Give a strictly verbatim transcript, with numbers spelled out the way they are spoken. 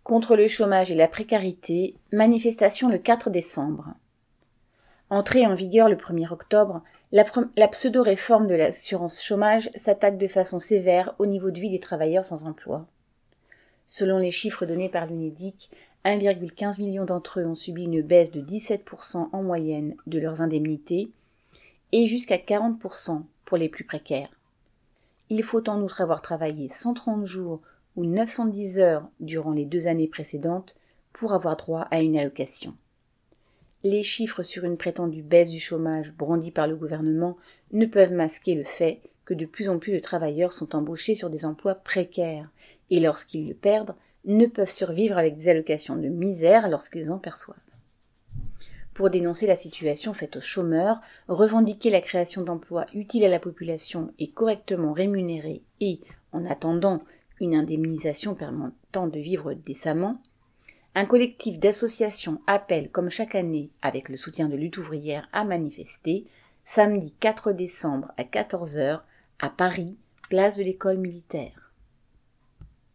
Contre le chômage et la précarité, manifestation le quatre décembre. Entrée en vigueur le premier octobre, la, pre- la pseudo-réforme de l'assurance chômage s'attaque de façon sévère au niveau de vie des travailleurs sans emploi. Selon les chiffres donnés par l'Unédic, un virgule quinze million d'entre eux ont subi une baisse de dix-sept pour cent en moyenne de leurs indemnités et jusqu'à quarante pour cent pour les plus précaires. Il faut en outre avoir travaillé cent trente jours ou neuf cent dix heures durant les deux années précédentes pour avoir droit à une allocation. Les chiffres sur une prétendue baisse du chômage brandis par le gouvernement ne peuvent masquer le fait que de plus en plus de travailleurs sont embauchés sur des emplois précaires et lorsqu'ils le perdent, ne peuvent survivre avec des allocations de misère lorsqu'ils en perçoivent. Pour dénoncer la situation faite aux chômeurs, revendiquer la création d'emplois utiles à la population et correctement rémunérés et, en attendant, une indemnisation permettant de vivre décemment, un collectif d'associations appelle, comme chaque année, avec le soutien de Lutte ouvrière, à manifester, samedi quatre décembre à quatorze heures, à Paris, place de l'École militaire.